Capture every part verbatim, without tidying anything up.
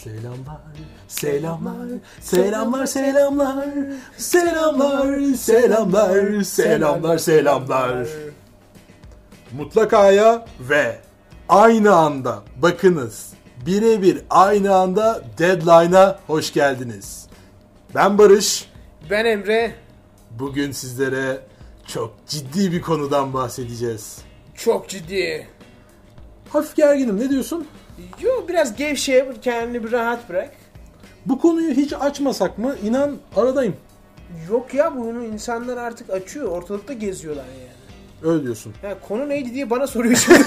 Selamlar, selamlar, selamlar, selamlar, selamlar, selamlar, selamlar, selamlar. Mutlaka'ya ve aynı anda bakınız, birebir aynı anda Deadline'a hoş geldiniz. Ben Barış. Ben Emre. Bugün sizlere çok ciddi bir konudan bahsedeceğiz. Çok ciddi. Hafif gerginim, ne diyorsun? Yo, biraz gevşe, kendini bir rahat bırak. Bu konuyu hiç açmasak mı? İnan aradayım. Yok ya, bunu insanlar artık açıyor, ortalıkta geziyorlar yani. Öyle diyorsun. Ya konu neydi diye bana soruyorsun.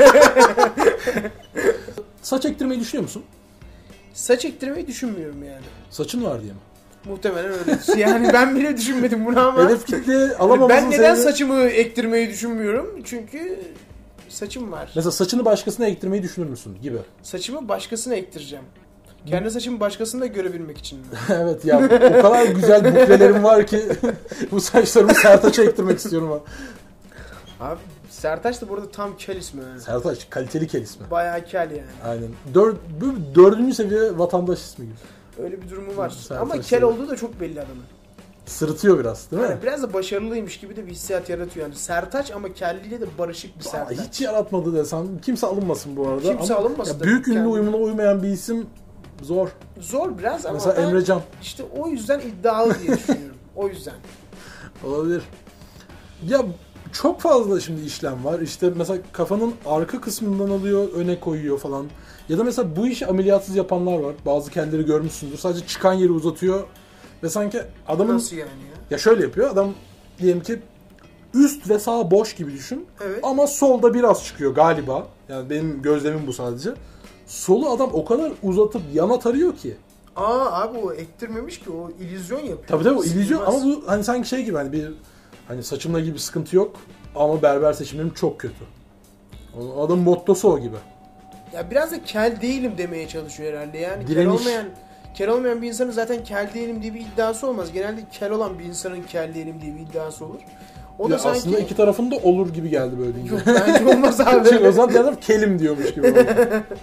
Saç ektirmeyi düşünüyor musun? Saç ektirmeyi düşünmüyorum yani. Saçın var diye mi? Muhtemelen öyle. Yani ben bile düşünmedim bunu ama. Hedef kitle alamamızın Ben neden sebebi... saçımı ektirmeyi düşünmüyorum? Çünkü saçım var. Mesela saçını başkasına ektirmeyi düşünür müsün gibi? Saçımı başkasına ektireceğim. Kendi saçımı başkasını da görebilmek için mi? Evet ya, o kadar güzel buklelerim var ki bu saçlarımı Sertaç'a ektirmek istiyorum ha. Abi Sertaç da bu arada tam kel ismi. Yani. Sertaç kaliteli kel ismi. Bayağı kel yani. Aynen. Dör, bu dördüncü seviye vatandaş ismi gibi. Öyle bir durumu var. Sertaç ama kel seviye. olduğu da çok belli adamın. Sırıtıyor biraz değil mi? Yani biraz da başarılıymış gibi de bir hissiyat yaratıyor. Yani Sertaç ama kelliyle de barışık bir Sertaç. Hiç yaratmadı desem. Kimse alınmasın bu arada. Kimse ama alınmasın. Ya büyük ünlü kendi... uyumuna uymayan bir isim zor. Zor biraz ama mesela Emrecan. İşte o yüzden iddialı diye düşünüyorum. O yüzden. Olabilir. Ya çok fazla şimdi işlem var. İşte mesela kafanın arka kısmından alıyor, öne koyuyor falan. Ya da mesela bu işi ameliyatsız yapanlar var. Bazı kelleri görmüşsündür. Sadece çıkan yeri uzatıyor. Ve sanki adamın... Nasıl yani ya? Ya şöyle yapıyor. Adam diyelim ki üst ve sağ boş gibi düşün. Evet. Ama solda biraz çıkıyor galiba. Yani benim gözlemim bu sadece. Solu adam o kadar uzatıp yana tarıyor ki. Aa abi o ektirmemiş ki, o illüzyon yapıyor. Tabii tabii o illüzyon Silmez. ama bu hani sanki şey gibi, hani bir hani saçımla ilgili bir sıkıntı yok ama berber seçimlerim çok kötü. O adam mottosu o gibi. Ya biraz da kel değilim demeye çalışıyor herhalde. Yani kel Direniş. olmayan kel olmayan bir insanın zaten kel değilim diye bir iddiası olmaz. Genelde kel olan bir insanın kel değilim diye bir iddiası olur. O da Ya sanki aslında iki tarafında olur gibi geldi böyle deyince. yok bence olmaz abi. Çünkü o zaman diğer kelim diyormuş gibi oldu.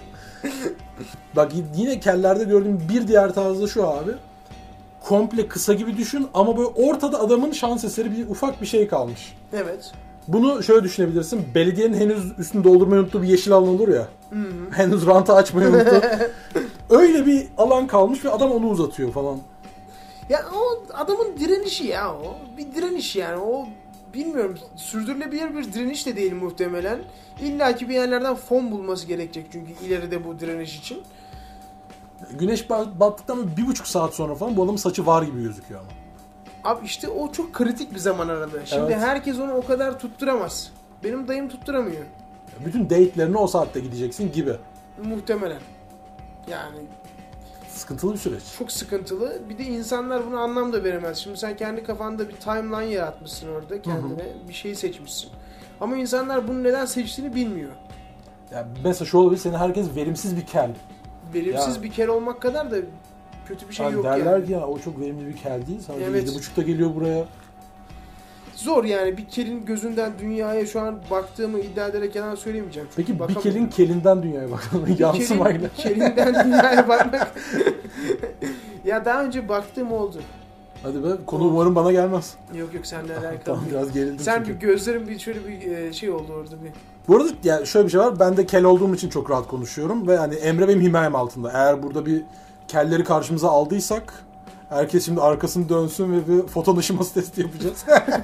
Bak yine kellerde gördüğüm bir diğer tarzı şu abi. Komple kısa gibi düşün ama böyle ortada adamın şans eseri bir ufak bir şey kalmış. Evet. Bunu şöyle düşünebilirsin. Belediyenin henüz üstünü doldurmayı unuttuğu bir yeşil alan olur ya. Hı-hı. Henüz rantı açmayı unuttu. Öyle bir alan kalmış ve adam onu uzatıyor falan. Ya o adamın direnişi ya o. Bir direniş yani o, bilmiyorum, sürdürülebilir bir direniş de değil muhtemelen. İlla ki bir yerlerden fon bulması gerekecek çünkü ileride bu direniş için. Güneş battıktan bir buçuk saat sonra falan bu adamın saçı var gibi gözüküyor ama. Abi işte o çok kritik bir zaman aralığı. Şimdi Evet. herkes onu o kadar tutturamaz. Benim dayım tutturamıyor. Bütün date'lerine o saatte gideceksin gibi. Muhtemelen. Yani Sıkıntılı bir süreç. çok sıkıntılı. Bir de insanlar buna anlam da veremez. Şimdi sen kendi kafanda bir timeline yaratmışsın orada kendine. Hı hı. Bir şey seçmişsin. Ama insanlar bunu neden seçtiğini bilmiyor. Yani mesela şu olabilir, seni herkes verimsiz bir kel. Verimsiz Ya. bir kel olmak kadar da kötü bir şey yani yok derler yani. ki ya o çok verimli bir kel değil. Sadece Evet. yedi buçukta geliyor buraya. Zor yani, bir kelin gözünden dünyaya şu an baktığımı iddia ederek yalan söylemeyeceğim. Çünkü Peki bir bakamıyorum. kelin kelinden dünyaya bakalım. Yansımayla. Bir kelinden dünyaya bakmak. Ya daha önce baktığım oldu. Hadi be, konu umarım bana gelmez. Yok yok, seninle alakalı. Tamam, biraz gerildim Sen çünkü. bir gözlerin bir şöyle bir şey oldu orada bir. Bu arada yani şöyle bir şey var. Ben de kel olduğum için çok rahat konuşuyorum ve hani Emre benim himayem altında. Eğer burada bir kelleri karşımıza aldıysak herkes şimdi arkasını dönsün ve bir foton ışıması testi yapacağız.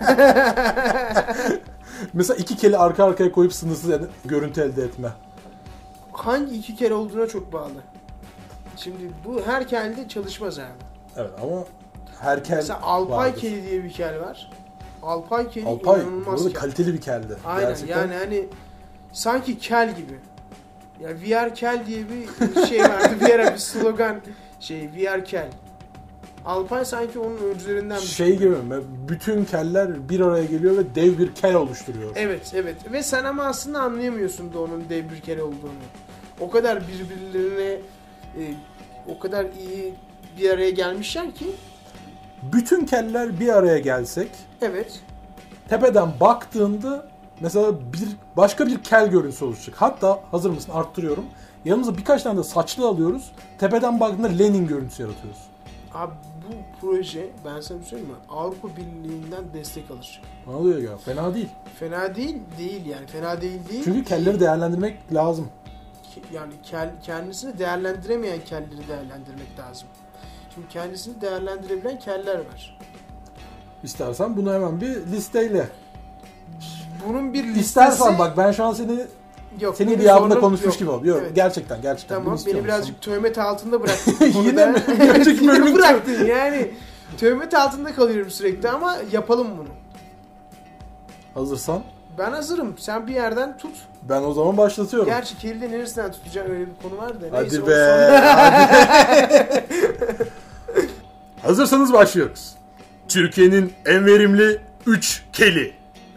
Mesela iki keli arka arkaya koyup sınırsız yani görüntü elde etme. Hangi iki kel olduğuna çok bağlı. Şimdi bu her kelde çalışmaz abi. Evet ama her kel Mesela Alpay vardır. keli diye bir kel var. Alpay keli Alpay inanılmaz burada kel. kaliteli bir keldi. Aynen Gerçekten. yani hani sanki kel gibi. Ya V R kel diye bir şey vardı bir ara, bir slogan şey, V R kel. Alpay sanki onun öncülerinden bir şey gibi mi? Bütün keller bir araya geliyor ve dev bir kel oluşturuyor. Evet evet ve sen ama aslında anlayamıyorsun da onun dev bir kel olduğunu. O kadar birbirlerine e, o kadar iyi bir araya gelmişler ki. Bütün keller bir araya gelsek Evet. tepeden baktığında mesela bir başka bir kel görüntüsü oluşacak. Hatta hazır mısın? Arttırıyorum. Yanımıza birkaç tane de saçlı alıyoruz. Tepeden baktığında Lenin görüntüsü yaratıyoruz. Abi bu proje ben sana bir şey söyleyeyim mi? Avrupa Birliği'nden destek alır. Ne oluyor ya? Fena değil. Fena değil, değil yani. Fena değil değil. Çünkü kelleri değerlendirmek lazım. Yani kel, kendisini değerlendiremeyen kelleri değerlendirmek lazım. Şimdi kendisini değerlendirebilen keller var. İstersen bunu hemen bir listeyle. Bunun bir listesi... İstersen bak ben şu an seni Yok, senin benim gıyabında sorunum konuşmuş yok. gibi oldu. Yok Evet. gerçekten gerçekten. Tamam, Bunu beni birazcık istiyorum. töhmet altında bıraktın. Bunu Yine da- mi? Önceki Yine bölümün- bıraktın yani. Töhmet altında kalıyorum sürekli ama yapalım bunu. Hazırsan Ben hazırım. Sen bir yerden tut. ben o zaman başlatıyorum. Gerçi kelide neresinden tutacağım öyle bir konu var da. Neyse, Hadi o be. sonra- hadi. Hazırsanız başlıyoruz. Türkiye'nin en verimli üç keli.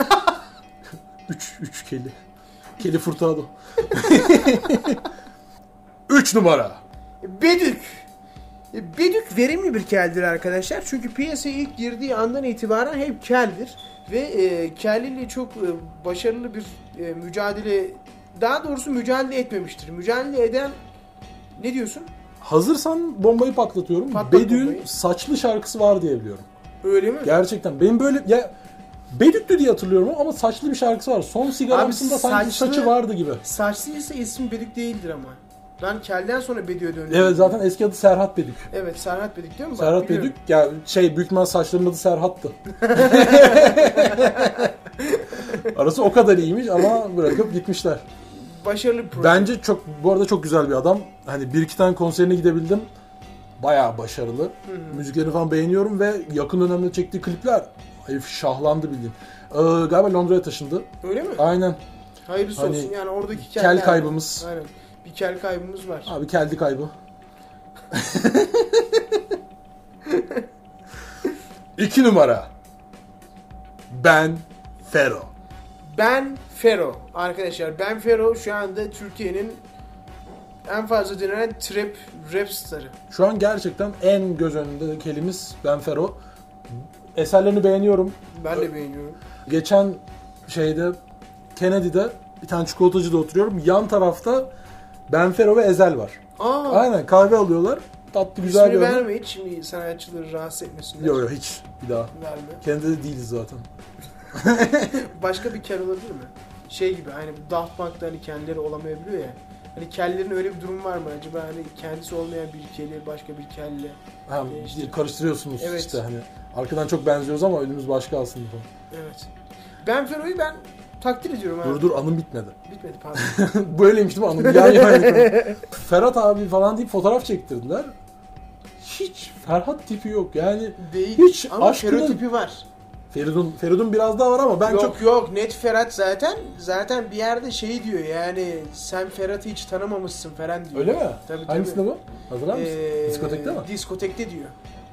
üç üç keli. Keli Furtado. üç numara. Bedük. E, Bedük verimli bir keldir arkadaşlar. Çünkü piyasaya ilk girdiği andan itibaren hep keldir. Ve e, kelliyle çok e, başarılı bir e, mücadele, daha doğrusu mücadele etmemiştir. Mücadele eden, ne diyorsun? Hazırsan bombayı patlatıyorum. Patlat Bedü'nün bombayı. saçlı şarkısı var diye biliyorum. Öyle mi? Gerçekten. Benim böyle ya Bedüktü diye hatırlıyorum ama saçlı bir şarkısı var. Son sigaramsında Abi sanki saçlı- saçı vardı gibi. Saçlıysa ismi Bedük değildir ama. Ben kelden sonra Bedük'e döndüm. Evet zaten eski adı Serhat Bedük. Evet, Serhat Bedük değil mi? Bak, Serhat biliyorum. Bedük ya şey büyük ihtimal saçlarının adı Serhat'tı. Arası o kadar iyiymiş ama bırakıp gitmişler. Başarılı bir proje. Bence çok bu arada çok güzel bir adam. Hani bir iki tane konserine gidebildim. Bayağı başarılı. Hı hı. Müziklerini falan beğeniyorum ve yakın dönemde çektiği klipler herif şahlandı bildiğin. Ee, galiba Londra'ya taşındı. Öyle mi? Aynen. Hayırlısı Hani olsun yani oradaki kel keller- kaybımız. Aynen. Bir kel kaybımız var. Abi keldi kaybı. İki numara. Ben Fero. Ben Fero. Arkadaşlar Ben Fero şu anda Türkiye'nin en fazla dinlenen trap rap starı. Şu an gerçekten en göz önünde kelimiz Ben Fero. Eserlerini beğeniyorum. Ben de beğeniyorum. Geçen şeyde Kennedy'de bir tane çikolatacıda oturuyorum. Yan tarafta Benfero ve Ezel var. Aa, Aynen kahve alıyorlar. Tatlı güzel ismini bir adam. verme hiç, şimdi sanatçıları rahatsız etmesinler. Yok yok hiç bir daha. Verme. Kennedy'de değiliz zaten. Başka bir kel olabilir mi? Şey gibi hani bu Daft Punk'ta hani kendileri olamayabiliyor ya. Hani kellerin öyle bir durum var mı acaba, hani kendisi olmayan bir keli başka bir kelle. Ha, İşte- karıştırıyorsunuz Evet. işte hani. Arkadan çok benziyoruz ama önümüz başka aslında. Evet. Ben Fero'yu ben takdir ediyorum abi. Dur dur anım bitmedi. Bitmedi pardon. Böyleymiş değil mi anım? Yan yana. Ferhat abi falan deyip fotoğraf çektirdiler. Hiç Ferhat tipi yok yani. Değil. Hiç Ama aşkının- Fero tipi var. Feridun, Feridun biraz daha var ama ben yok çok... yok net Ferhat zaten. Zaten bir yerde şey diyor yani sen Ferhat'ı hiç tanımamışsın falan diyor. Öyle mi? Tabii, Hangisinde tabii. bu? Hatırlar mısın? Ee, Diskotekte mi? Diskotekte diyor.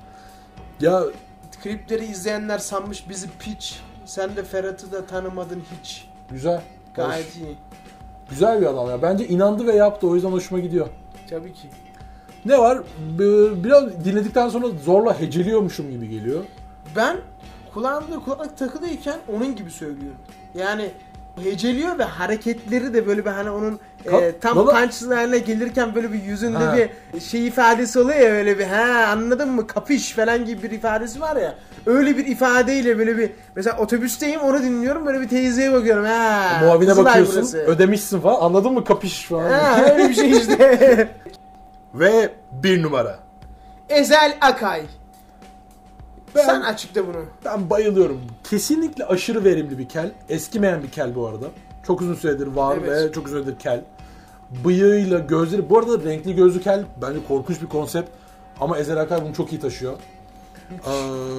Ya Klipleri izleyenler sanmış bizi piç. Sen de Ferhat'ı da tanımadın hiç. güzel. Gayet Hoş. iyi. Güzel bir adam ya. Bence inandı ve yaptı. O yüzden hoşuma gidiyor. Tabii ki. Ne var? B- Biraz dinledikten sonra zorla heceliyormuşum gibi geliyor. Ben kulağımda kulaklık takılıyken onun gibi söylüyorum. Yani heceliyor ve hareketleri de böyle bir hani onun Ka- e, tam Baba- punchline'e gelirken böyle bir yüzünde Ha. bir şey ifadesi oluyor ya, böyle bir ha anladın mı kapış falan gibi bir ifadesi var ya. Öyle bir ifadeyle böyle bir mesela otobüsteyim onu dinliyorum böyle bir teyzeye bakıyorum ha. Muavine Kızılay bakıyorsun. burası. Ödemişsin falan. Anladın mı? Kapış falan. Ha, öyle bir şey işte. Ve bir numara. Ezel Akay. Ben- Sen açıkla bunu. Ben bayılıyorum. Kesinlikle aşırı verimli bir kel. Eskimeyen bir kel bu arada. Çok uzun süredir var Evet. ve çok uzun süredir kel. Bıyığıyla, gözleri... Bu arada renkli gözlü kel bence korkunç bir konsept. Ama Ezel Akay bunu çok iyi taşıyor. Ee,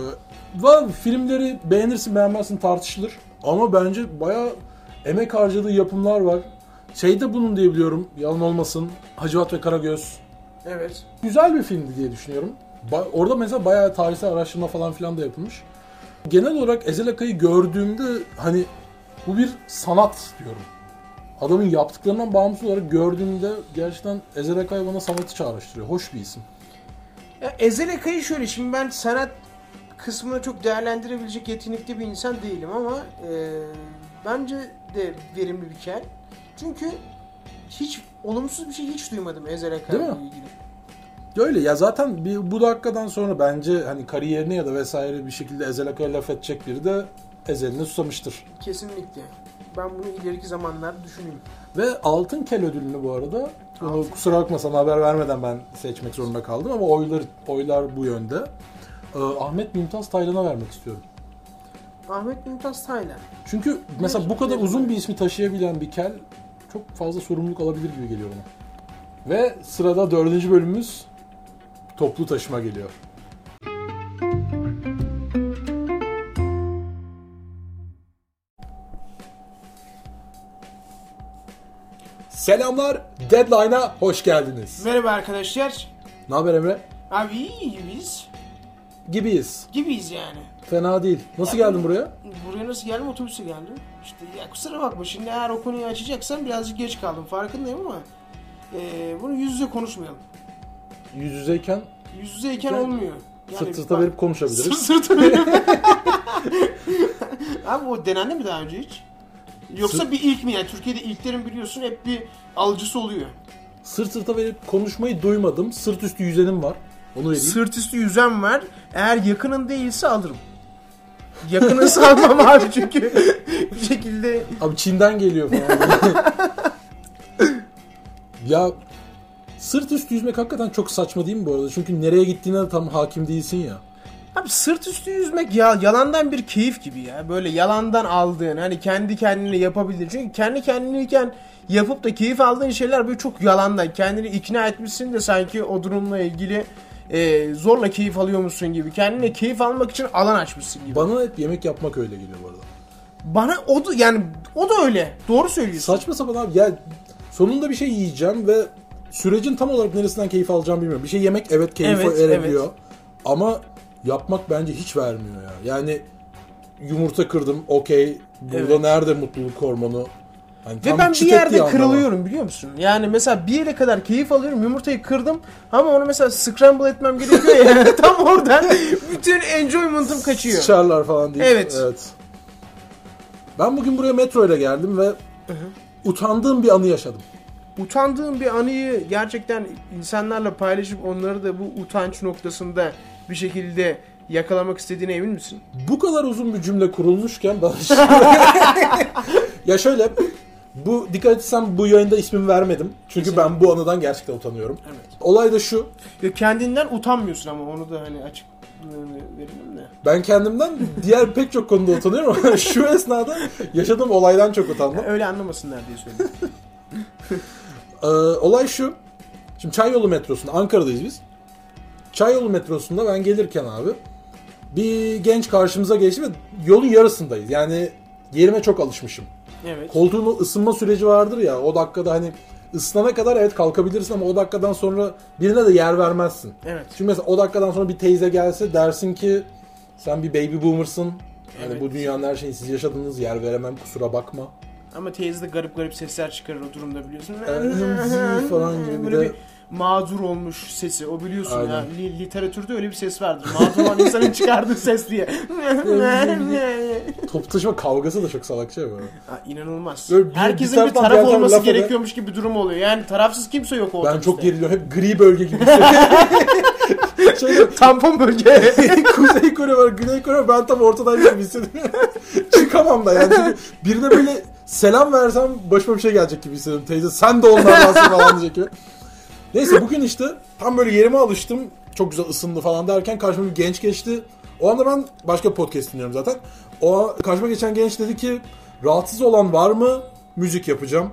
ve filmleri beğenirsin beğenmezsin tartışılır. Ama bence bayağı emek harcadığı yapımlar var. Şey de bunun diye biliyorum, yalan olmasın. Hacivat ve Karagöz. Evet. Güzel bir filmdi diye düşünüyorum. Ba- orada mesela bayağı tarihsel araştırma falan filan da yapılmış. Genel olarak Ezel Akay'ı gördüğümde hani bu bir sanat diyorum. Adamın yaptıklarından bağımsız olarak gördüğümde gerçekten Ezel Akay bana sanatı çağrıştırıyor. Hoş bir isim. Ya Ezel Akay'ı şöyle, şimdi ben sanat kısmını çok değerlendirebilecek yetenekli bir insan değilim ama e, bence de verimli bir kel. Çünkü hiç olumsuz bir şey hiç duymadım Ezel Akay ile ilgili. Öyle ya, zaten bir, bu dakikadan sonra bence hani kariyerine ya da vesaire bir şekilde Ezel Akay'a laf edecek biri de Ezel'ini susamıştır. Kesinlikle. Ben bunu ileriki zamanlarda düşüneyim. Ve Altın Kel ödülünü bu arada, onu kusura bakma sana haber vermeden ben seçmek zorunda kaldım ama oylar oylar bu yönde. Ee, Ahmet Mümtaz Taylan'a vermek istiyorum. Ahmet Mümtaz Taylan. Çünkü mesela bu kadar uzun bir ismi taşıyabilen bir kel çok fazla sorumluluk alabilir gibi geliyor bana. Ve sırada dördüncü bölümümüz toplu taşıma geliyor. Selamlar, Deadline'a hoş geldiniz. Merhaba arkadaşlar. Ne haber Emre? Abi iyi gibiyiz. Gibiyiz. Gibiyiz yani. Fena değil. Nasıl geldin buraya? Buraya nasıl geldim? Otobüse geldim. İşte ya kusura bakma, şimdi eğer o konuyu açacaksan birazcık geç kaldım. Farkındayım ama e, bunu yüz yüze konuşmayalım. Yüz yüzeyken Yüz yüzeyken yani, olmuyor. Yani sırt sırta verip konuşabiliriz. Sırt sırta verip. Abi o denendi mi daha önce hiç? Yoksa Sırt... bir ilk mi yani? Türkiye'de ilklerin biliyorsun hep bir alıcısı oluyor. Sırt sırta verip konuşmayı duymadım. Sırt üstü yüzenim var. Onu vereyim. Sırt üstü yüzem var. Eğer yakının değilse alırım. Yakını salmam abi çünkü bir şekilde... Abi Çin'den geliyor falan. Ya sırt üstü yüzmek hakikaten çok saçma değil mi bu arada? Çünkü nereye gittiğine de tam hakim değilsin ya. Abi sırt üstü yüzmek ya yalandan bir keyif gibi ya. Böyle yalandan aldığın, hani kendi kendine yapabilir. Çünkü kendi kendineyken yapıp da keyif aldığın şeyler böyle çok yalandan. Kendini ikna etmişsin de sanki o durumla ilgili e, zorla keyif alıyormuşsun gibi. Kendine keyif almak için alan açmışsın gibi. Bana hep yemek yapmak öyle geliyor bu arada. Bana o da yani o da öyle. Doğru söylüyorsun. Saçma sapan abi ya, sonunda bir şey yiyeceğim ve sürecin tam olarak neresinden keyif alacağımı bilmiyorum. Bir şey yemek evet keyif evet, verebiliyor. Evet. Ama yapmak bence hiç vermiyor ya. Yani yumurta kırdım, okey. Burada evet. Nerede mutluluk hormonu? Hani ve ben bir yerde kırılıyorum biliyor musun? Yani mesela bir yere kadar keyif alıyorum, yumurtayı kırdım ama onu mesela scramble etmem gerekiyor ya. Tam oradan bütün enjoyment'ım kaçıyor. Sıçarlar falan diye. Evet. evet. Ben bugün buraya metro ile geldim ve Hı-hı. utandığım bir anı yaşadım. Utandığım bir anıyı gerçekten insanlarla paylaşıp onları da bu utanç noktasında bir şekilde yakalamak istediğine emin misin? Bu kadar uzun bir cümle kurulmuşken bana ya şöyle, bu dikkat etsen bu yayında ismimi vermedim. Çünkü Kesinlikle. Ben bu anıdan gerçekten utanıyorum. Evet. Olay da şu. Ya kendinden utanmıyorsun ama onu da hani açık verelim de. Ben kendimden diğer pek çok konuda utanıyorum ama şu esnada yaşadığım olaydan çok utandım. Yani öyle anlamasınlar diye söyledim. ee, olay şu. Şimdi Çayyolu metrosunda, Ankara'dayız biz. Çayyolu metrosunda ben gelirken abi bir genç karşımıza geçti ve yolun yarısındayız. Yani yerime çok alışmışım. Evet. Koltuğun ısınma süreci vardır ya, o dakikada hani ısınana kadar evet kalkabilirsin ama o dakikadan sonra birine de yer vermezsin. Evet. Çünkü mesela o dakikadan sonra bir teyze gelse dersin ki sen bir baby boomer'sın. Evet. Hani bu dünyanın her şeyini siz yaşadınız, yer veremem, kusura bakma. Ama teyze de garip garip sesler çıkarır o durumda biliyorsun. Yani, falan gibi böyle de... bir mağdur olmuş sesi. O biliyorsun Aynen. ya. Li- literatürde öyle bir ses vardır. Mağdur olan insanın çıkardığı ses diye. Toplu taşıma kavgası da çok salakça ya böyle. Ha, inanılmaz. Bir, herkesin bir, bir taraf olması gerekiyormuş gibi bir durum oluyor. Yani tarafsız kimse yok o Ben otobüste. çok geriliyorum. Hep gri bölge gibi hissediyorum. Şöyle, tampon bölge. Kuzey Kore var, Güney Kore var. Ben tam ortadan gibi hissediyorum. Çıkamam da yani. Çünkü birine böyle selam versem başıma bir şey gelecek gibi hissediyorum. Teyze sen de onlardansın falan diyecek gibi. Neyse bugün işte tam böyle yerime alıştım. Çok güzel ısındı falan derken karşıma bir genç geçti. O anda ben başka podcast dinliyorum zaten. O karşıma geçen genç dedi ki rahatsız olan var mı? Müzik yapacağım.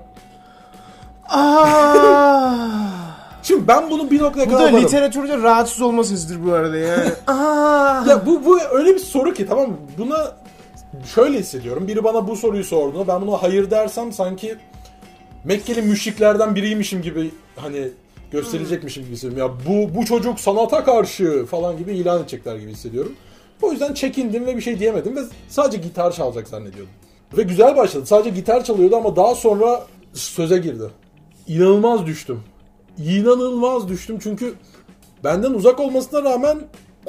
Aa. Şimdi ben bunu bir noktaya kadar varım. Bu da varım. literatürde rahatsız olma sesidir bu arada yani. Aa. Ya bu bu öyle bir soru ki tamam mı? Buna şöyle hissediyorum. Biri bana bu soruyu sorduğunda ben buna hayır dersem sanki Mekkeli müşriklerden biriymişim gibi hani gösterecekmişim gibi hissediyorum. Ya bu bu çocuk sanata karşı falan gibi ilan edecekler gibi hissediyorum. O yüzden çekindim ve bir şey diyemedim ve sadece gitar çalacak zannediyordum. Ve güzel başladı. Sadece gitar çalıyordu ama daha sonra söze girdi. İnanılmaz düştüm. İnanılmaz düştüm çünkü benden uzak olmasına rağmen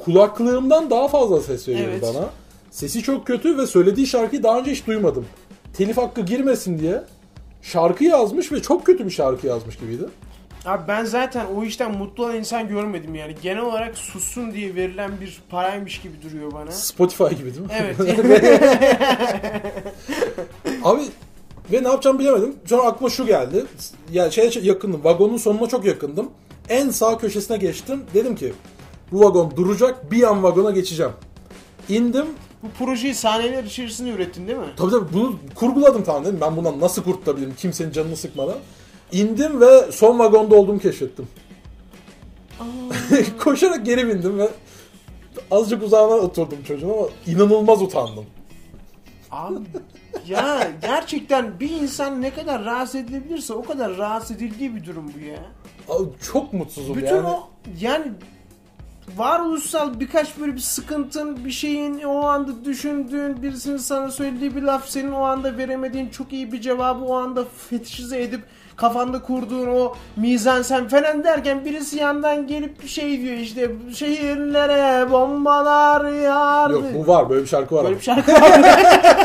kulaklığımdan daha fazla ses veriyor evet. bana. Sesi çok kötü ve söylediği şarkıyı daha önce hiç duymadım. telif hakkı girmesin diye şarkı yazmış ve çok kötü bir şarkı yazmış gibiydi. Abi ben zaten o işten mutlu olan insan görmedim yani. Genel olarak sussun diye verilen bir paraymış gibi duruyor bana. Spotify gibi değil mi? Evet. Abi ve ne yapacağımı bilemedim. Sonra aklıma şu geldi. Yani şeye yakındım. Vagonun sonuna çok yakındım. En sağ köşesine geçtim. Dedim ki bu vagon duracak. Bir an vagona geçeceğim. İndim. Bu projeyi saniyeler içerisinde ürettin değil mi? Tabii tabii bunu kurguladım, tamam dedim. Ben bundan nasıl kurtulabilirim kimsenin canını sıkmadan. İndim ve son vagonda olduğumu keşfettim. Koşarak geri bindim ve azıcık uzağına oturdum çocuğun ama inanılmaz utandım. Abi ya gerçekten bir insan ne kadar rahatsız edilebilirse o kadar rahatsız edildiği bir durum bu ya. Abi çok mutsuzum Bütün yani. o yani varoluşsal birkaç böyle bir sıkıntın, bir şeyin o anda düşündüğün, birisinin sana söylediği bir laf, senin o anda veremediğin çok iyi bir cevabı o anda fetişize edip kafanda kurduğun o mizansen falan derken birisi yandan gelip bir şey diyor işte şehirlere bombalar yağardı. Yok bu var, böyle bir şarkı var. Böyle ama. bir şarkı var.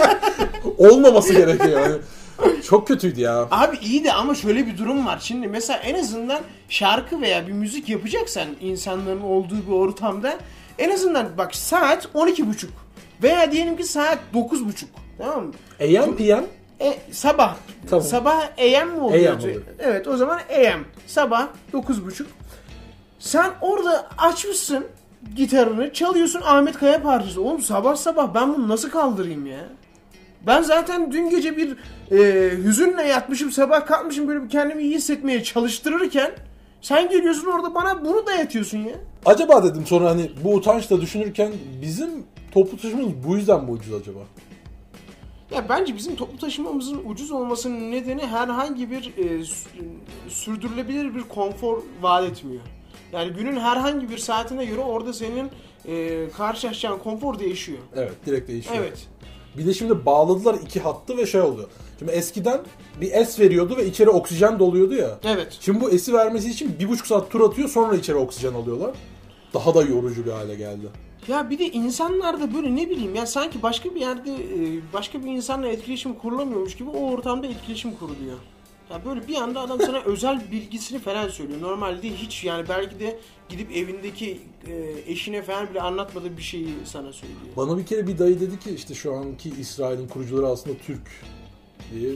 Olmaması gerekiyor yani. Çok kötüydü ya. Abi iyi de ama şöyle bir durum var. Şimdi mesela en azından şarkı veya bir müzik yapacaksan insanların olduğu bir ortamda en azından bak saat on iki buçuk veya diyelim ki saat dokuz buçuk, tamam mı? A M P M? E, sabah. Tamam. Sabah A M mi oluyor? A M oluyor. Evet, o zaman A M. Sabah dokuz buçuk. Sen orada açmışsın gitarını, çalıyorsun Ahmet Kaya parçası. Oğlum sabah sabah ben bunu nasıl kaldırayım ya? Ben zaten dün gece bir e, hüzünle yatmışım, sabah kalkmışım böyle bir kendimi iyi hissetmeye çalıştırırken sen geliyorsun orada bana bunu dayatıyorsun ya. Acaba dedim sonra hani bu utançla düşünürken bizim toplu taşımamız bu yüzden mi ucuz acaba? Ya bence bizim toplu taşımamızın ucuz olmasının nedeni herhangi bir e, sürdürülebilir bir konfor vaat etmiyor. Yani günün herhangi bir saatine göre orada senin e, karşılaşacağın konfor değişiyor. Evet, direkt değişiyor. Evet. Bir de şimdi bağladılar iki hattı ve şey oldu. Şimdi eskiden bir S veriyordu ve içeri oksijen doluyordu ya. Evet. Şimdi bu S'i vermesi için bir buçuk saat tur atıyor, sonra içeri oksijen alıyorlar. Daha da yorucu bir hale geldi. Ya bir de insanlar da böyle ne bileyim ya sanki başka bir yerde başka bir insanla etkileşim kurulamıyormuş gibi o ortamda etkileşim kuruluyor. Ya böyle bir anda adam sana özel bilgisini falan söylüyor. Normalde hiç yani belki de gidip evindeki eşine falan bile anlatmadığı bir şeyi sana söylüyor. Bana bir kere bir dayı dedi ki işte şu anki İsrail'in kurucuları aslında Türk diye.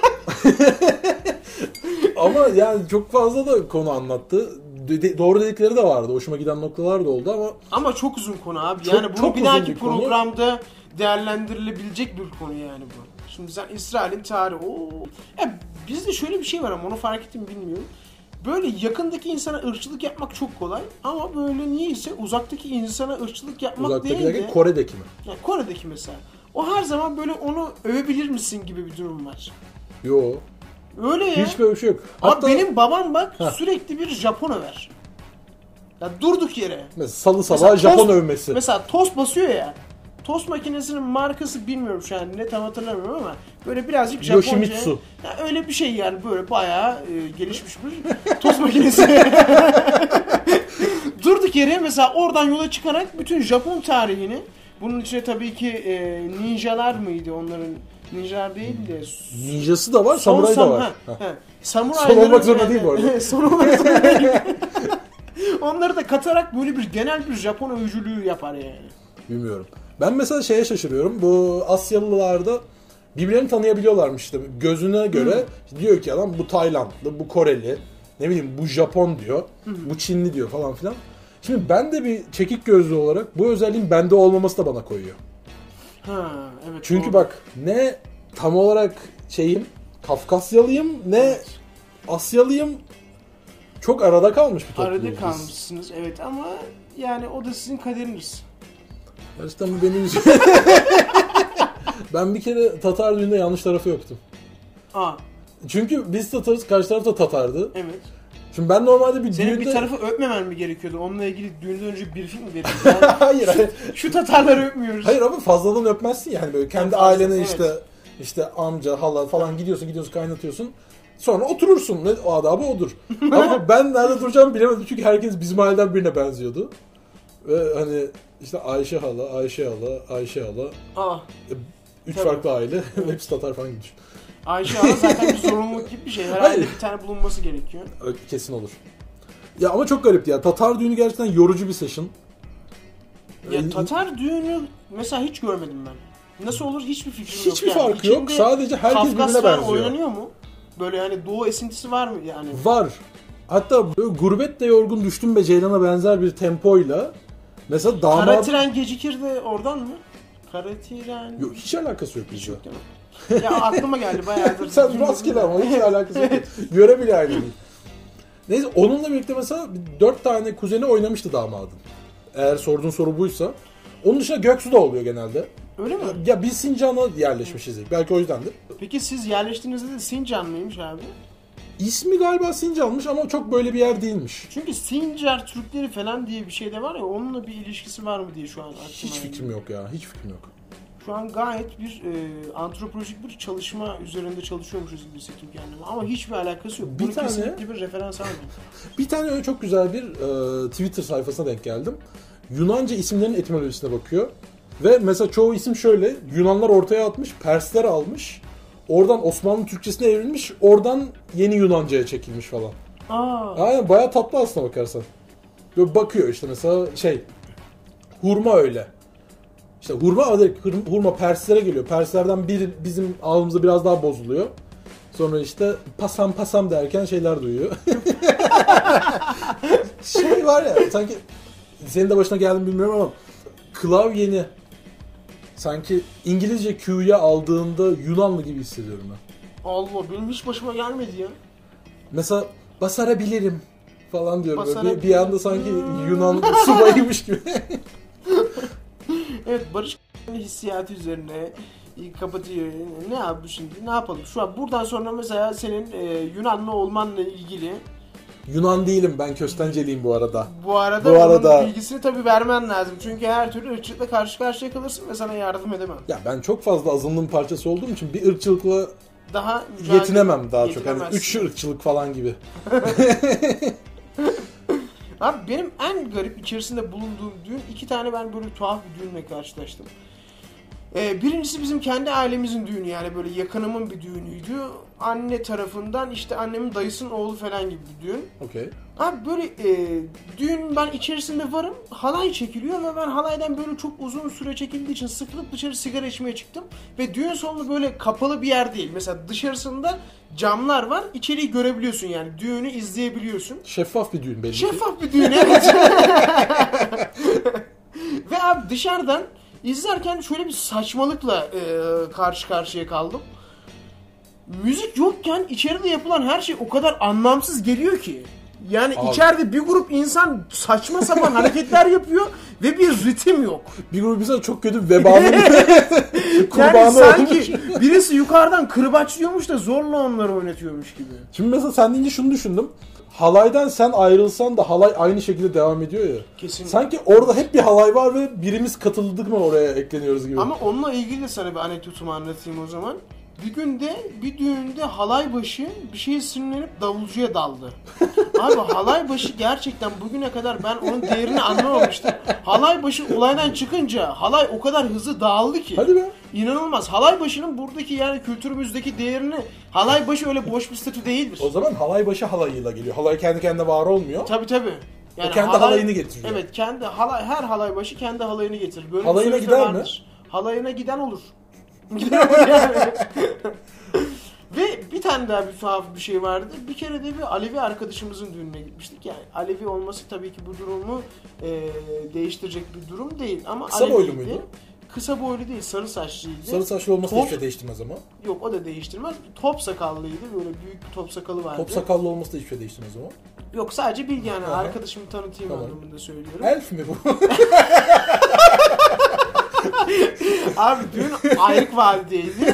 Ama yani çok fazla da konu anlattı. De- doğru dedikleri de vardı. Hoşuma giden noktalar da oldu ama Ama çok uzun konu abi. Çok- Yani bunu çok bir uzun dahaki bir konu. programda değerlendirilebilecek bir konu yani bu. Şimdi sen İsrail'in tarihi. Oo. Ya bizde şöyle bir şey var ama onu fark ettim bilmiyorum. Böyle yakındaki insana ırkçılık yapmak çok kolay ama böyle niyeyse uzaktaki insana ırkçılık yapmak uzaktaki değil derken de Kore'deki mi? yani Kore'deki mesela. O her zaman böyle onu övebilir misin gibi bir durum var. Yo. Öyle ya. Hiç böyle bir şey yok. Abi Hatta benim babam bak Heh. sürekli bir Japon över. Ya durduk yere. mesela salı sabahı Mesela Japon tost- övmesi. Mesela tost basıyor ya. Tost makinesinin markası bilmiyorum şu an ne tam hatırlamıyorum ama böyle birazcık Japonca. Yoshimitsu. Ya öyle bir şey yani böyle bayağı e, gelişmiş bir tost makinesi. Durduk yere mesela oradan yola çıkarak bütün Japon tarihini bunun içine tabii ki e, ninjalar mıydı onların ninjalar değil de Ninjası da var, son samuray da sam- var. ha, Ha. ha. Samurayların- Son olmak zorunda değil bu arada. Son olmak zorunda değil. Onları da katarak böyle bir genel bir Japon övücülüğü yapar yani. Bilmiyorum. Ben mesela şeye şaşırıyorum. Bu Asyalılarda birbirlerini tanıyabiliyorlarmış işte. Gözüne göre diyor ki adam bu Taylandlı, bu Koreli, ne bileyim bu Japon diyor, bu Çinli diyor falan filan. Şimdi ben de bir çekik gözlü olarak bu özelliğin bende olmaması da bana koyuyor. Ha, evet. Çünkü doğru. bak ne tam olarak şeyim Kafkasyalıyım ne Evet. Asyalıyım. Çok arada kalmış bir topluluğuz Arada biz. kalmışsınız evet ama yani o da sizin kaderiniz. Gerçekten bu beni üzüyor. Ben bir kere Tatar düğünde yanlış tarafı yoktum. Aa, Çünkü biz Tatarız, karşı taraf da Tatardı. evet. Şimdi ben normalde bir Senin düğünde... bir tarafı öpmemen mi gerekiyordu? Onunla ilgili düğünden önce bir film mi veriyorsun? Yani hayır, hayır. şu Tatarları öpmüyoruz. Hayır ama fazladan öpmezsin yani böyle kendi Fazla, ailene evet. işte işte amca, hala falan gidiyorsun gidiyorsun kaynatıyorsun. Sonra oturursun. Ne, o adabı odur. Ama ben nerede duracağımı bilemedim çünkü herkes bizim aileden birine benziyordu. Ve hani işte Ayşe hala, Ayşe hala, Ayşe hala. Aa, Üç Tabii. farklı aile. Hepsi Tatar falan gibi düşün. Ayşe Ana zaten bir zorunluluk gibi bir şey. Her Hayır. ailede bir tane bulunması gerekiyor. Evet, kesin olur. Ya ama çok garipti ya. Tatar düğünü gerçekten yorucu bir session. Ya Tatar düğünü mesela hiç görmedim ben. Nasıl olur hiçbir fikrim yok. Hiçbir yani. farkı yok. İçinde Sadece herkes birbirine Kafkaslar benziyor. oynanıyor mu? Böyle hani doğu esintisi var mı yani? Var. Hatta böyle gurbetle yorgun düştüm be Ceylan'a benzer bir tempoyla. Mesela damat... Kara tren gecikir de oradan mı? Kara tren... Yok, hiç alakası yok bizde. Yok değil mi? Ya aklıma geldi bayağıdır. Sen rastgele ama hiç alakası yok. Göre bile aynı değil. Neyse onunla birlikte mesela dört tane kuzeni oynamıştı damadın. Eğer sorduğun soru buysa. Onun dışında Göksu da oluyor genelde. Öyle mi? Ya biz Sincan'a yerleşmişiz ilk. Belki o yüzdendir. Peki siz yerleştiğinizde de Sincan mıymış abi? İsmi galiba Sincan'mış ama çok böyle bir yer değilmiş. Çünkü Sincar Türkleri falan diye bir şey de var ya, onunla bir ilişkisi var mı diye şu an aklıma Hiç geldi. fikrim yok ya. Hiç fikrim yok. Şu an gayet bir e, antropolojik bir çalışma üzerinde çalışıyormuşuz gibi hissettim kendimi. Ama hiçbir alakası yok. Bir Bunu tane- kesinlikle bir referans almıyorum. Bir tane öyle çok güzel bir e, Twitter sayfasına denk geldim. Yunanca isimlerin etimolojisine bakıyor. Ve mesela çoğu isim şöyle. Yunanlar ortaya atmış, Persler almış. Oradan Osmanlı Türkçesine evrilmiş. Oradan yeni Yunanca'ya çekilmiş falan. Aa, Aynen bayağı tatlı aslına bakarsan. Böyle bakıyor işte mesela şey. Hurma öyle. İşte hurma direkt hur- hurma Perslere geliyor. Perslerden biri bizim ağzımızda biraz daha bozuluyor. Sonra işte pasam pasam derken şeyler duyuyor. Şey var ya sanki senin de başına geldi mi bilmiyorum ama klavyeni sanki İngilizce Q'ya aldığında Yunanlı gibi hissediyorum ben. Allah, benim hiç başıma gelmedi ya. Mesela basarabilirim falan diyorum. Böyle bir, bir Basarabilirim. anda sanki Yunan subayıymış gibi. Evet, Barış hissiyatı üzerine kapatıyor. Ne yapmış şimdi? Ne yapalım? Şu an buradan sonra mesela senin e, Yunanlı olmanla ilgili Yunan değilim ben Köstenceliyim bu arada. bu arada, Bu bunun arada- bilgisini tabii vermen lazım. Çünkü her türlü ırkçılıkla karşı karşıya kalırsın ve sana yardım edemem. Ya ben çok fazla azınlığın parçası olduğum için bir ırkçılıkla Daha mücadele- yetinemem daha çok. Hani yetinemezsin. üç ırkçılık falan gibi. Abi benim en garip içerisinde bulunduğum düğün, iki tane ben böyle tuhaf bir düğünle karşılaştım. Ee, birincisi bizim kendi ailemizin düğünü, yani böyle yakınımın bir düğünüydü. Anne tarafından işte annemin dayısının oğlu falan gibi bir düğün. Okey. Abi böyle e, düğün ben içerisinde varım, halay çekiliyor ve ben halaydan böyle çok uzun süre çekildiği için sıkılıp dışarı sigara içmeye çıktım. Ve düğün sonunda böyle kapalı bir yer değil. Mesela dışarısında camlar var, içeriği görebiliyorsun, yani düğünü izleyebiliyorsun. Şeffaf bir düğün belli ki. Şeffaf bir düğün, evet. Ve abi dışarıdan izlerken şöyle bir saçmalıkla e, karşı karşıya kaldım. Müzik yokken içeride yapılan her şey o kadar anlamsız geliyor ki. Yani Abi. içeride bir grup insan saçma sapan hareketler yapıyor ve bir ritim yok. Bir grup insan çok kötü vebanın kurbanı Yani sanki olmuş. birisi yukarıdan kırbaçlıyormuş da zorla onları oynatıyormuş gibi. Şimdi mesela sen deyince şunu düşündüm. Halaydan sen ayrılsan da halay aynı şekilde devam ediyor ya. Kesinlikle. Sanki orada hep bir halay var ve birimiz katıldık mı oraya ekleniyoruz gibi. Ama onunla ilgili de sana bir anekdotumu anlatayım o zaman. Bir günde bir düğünde halay başı bir şeye sinirlenip davulcuya daldı. Abi halay başı gerçekten bugüne kadar ben onun değerini anlamamıştım. Halay başı olaydan çıkınca halay o kadar hızlı dağıldı ki. Hadi be. İnanılmaz. Halay başının buradaki yani kültürümüzdeki değerini, halay başı öyle boş bir statü değildir. O zaman halay başı halayıyla geliyor. Halay kendi kendine var olmuyor. Tabii tabii. O kendi halayını getiriyor. Evet, kendi halay, her halay başı kendi halayını getirir. Böyle bir Halayına söz de gider mi? vardır. Halayına giden olur. Gider olur yani. Ve bir tane daha bir tuhaf bir şey vardı. Bir kere de bir Alevi arkadaşımızın düğününe gitmiştik. Yani Alevi olması tabii ki bu durumu e, değiştirecek bir durum değil. Ama Kısa Aleviydi. boylu muydu? Kısa boylu değil, sarı saçlıydı. Sarı saçlı olması da Top- hiçbir şey değiştirmez ama. Yok, o da değiştirmez. Top sakallıydı. Böyle büyük bir top sakalı vardı. Top sakallı olması da hiçbir şey değiştirmez ama. Yok, sadece bilgi, yani Aha. arkadaşımı tanıtayım Tamam. anlamında söylüyorum. Elf mi bu? Abi düğün Ayrık Valide'ydi.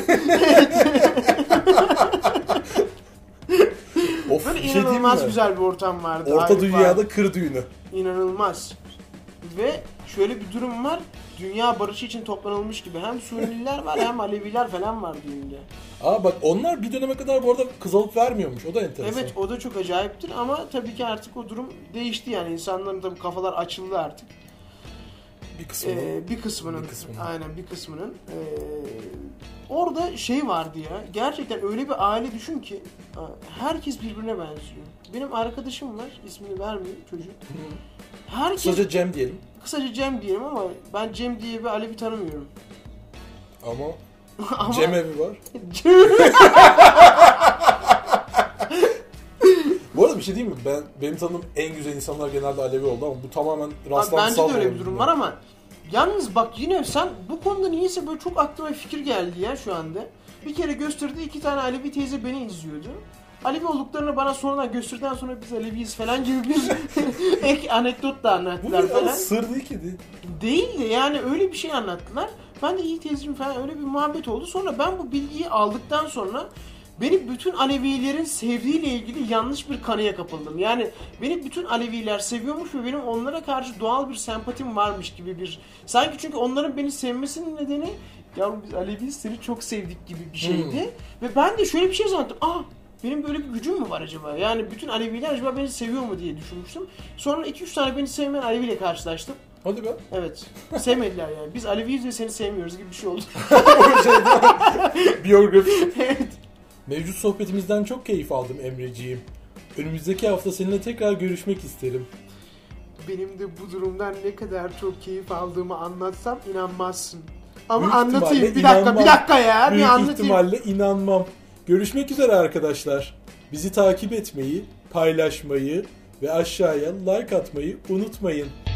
Of, Böyle bir şey diyeyim inanılmaz mi? güzel bir ortam vardı. Orta Ayrık dünyada Valide. kır düğünü. İnanılmaz. Ve şöyle bir durum var. Dünya barışı için toplanılmış gibi. Hem Sünniler var hem Aleviler falan var düğünde. Aa bak onlar bir döneme kadar bu arada kız alıp vermiyormuş. O da enteresan. Evet, o da çok acayiptir ama tabii ki artık o durum değişti, yani insanların tabii kafalar açıldı artık. Bir kısmını. Ee, bir kısmının, Bir kısmının. aynen bir kısmının. Ee, orada şey vardı ya. Gerçekten öyle bir aile düşün ki herkes birbirine benziyor. Benim arkadaşım var. İsmini vermeyeyim çocuk. Herkes, kısaca Cem diyelim. Kısaca Cem diyelim ama ben Cem diye bir Alevi tanımıyorum. Ama, ama... Cem evi var. Bu arada bir şey değil mi? Ben benim tanıdığım en güzel insanlar genelde Alevi oldu ama bu tamamen rastlantısal. Bence de öyle bir durum var ama yalnız bak yine sen bu konuda niyeyse böyle çok aklıma fikir geldi ya şu anda. Bir kere gösterdi iki tane Alevi teyze beni izliyordu. Alevi olduklarını bana sonradan gösterdikten sonra biz Aleviyiz falan gibi bir ek anekdot da anlattılar bu falan. Bu sır değil ki değil. Değil de yani öyle bir şey anlattılar. Ben de iyi teyzeciğim falan öyle bir muhabbet oldu. Sonra ben bu bilgiyi aldıktan sonra beni bütün Alevilerin sevdiğiyle ilgili yanlış bir kanıya kapıldım. Yani beni bütün Aleviler seviyormuş ve benim onlara karşı doğal bir sempatim varmış gibi bir... Sanki çünkü onların beni sevmesinin nedeni yavrum biz Aleviyiz seni çok sevdik gibi bir şeydi. Hmm. Ve ben de şöyle bir şey zannettim. Ah benim böyle bir gücüm mü var acaba? Yani bütün Aleviler acaba beni seviyor mu diye düşünmüştüm. Sonra iki üç tane beni sevmeyen Aleviyle karşılaştım. Hadi be. Evet. Sevmediler yani. Biz Aleviyiz ve seni sevmiyoruz gibi bir şey oldu. Biyografi. Evet. Mevcut sohbetimizden çok keyif aldım Emreciğim. Önümüzdeki hafta seninle tekrar görüşmek isterim. Benim de bu durumdan ne kadar çok keyif aldığımı anlatsam inanmazsın. Ama Büyük anlatayım bir inanmam. dakika bir dakika ya Büyük bir anlatayım. ihtimalle inanmam. Görüşmek üzere arkadaşlar. Bizi takip etmeyi, paylaşmayı ve aşağıya like atmayı unutmayın.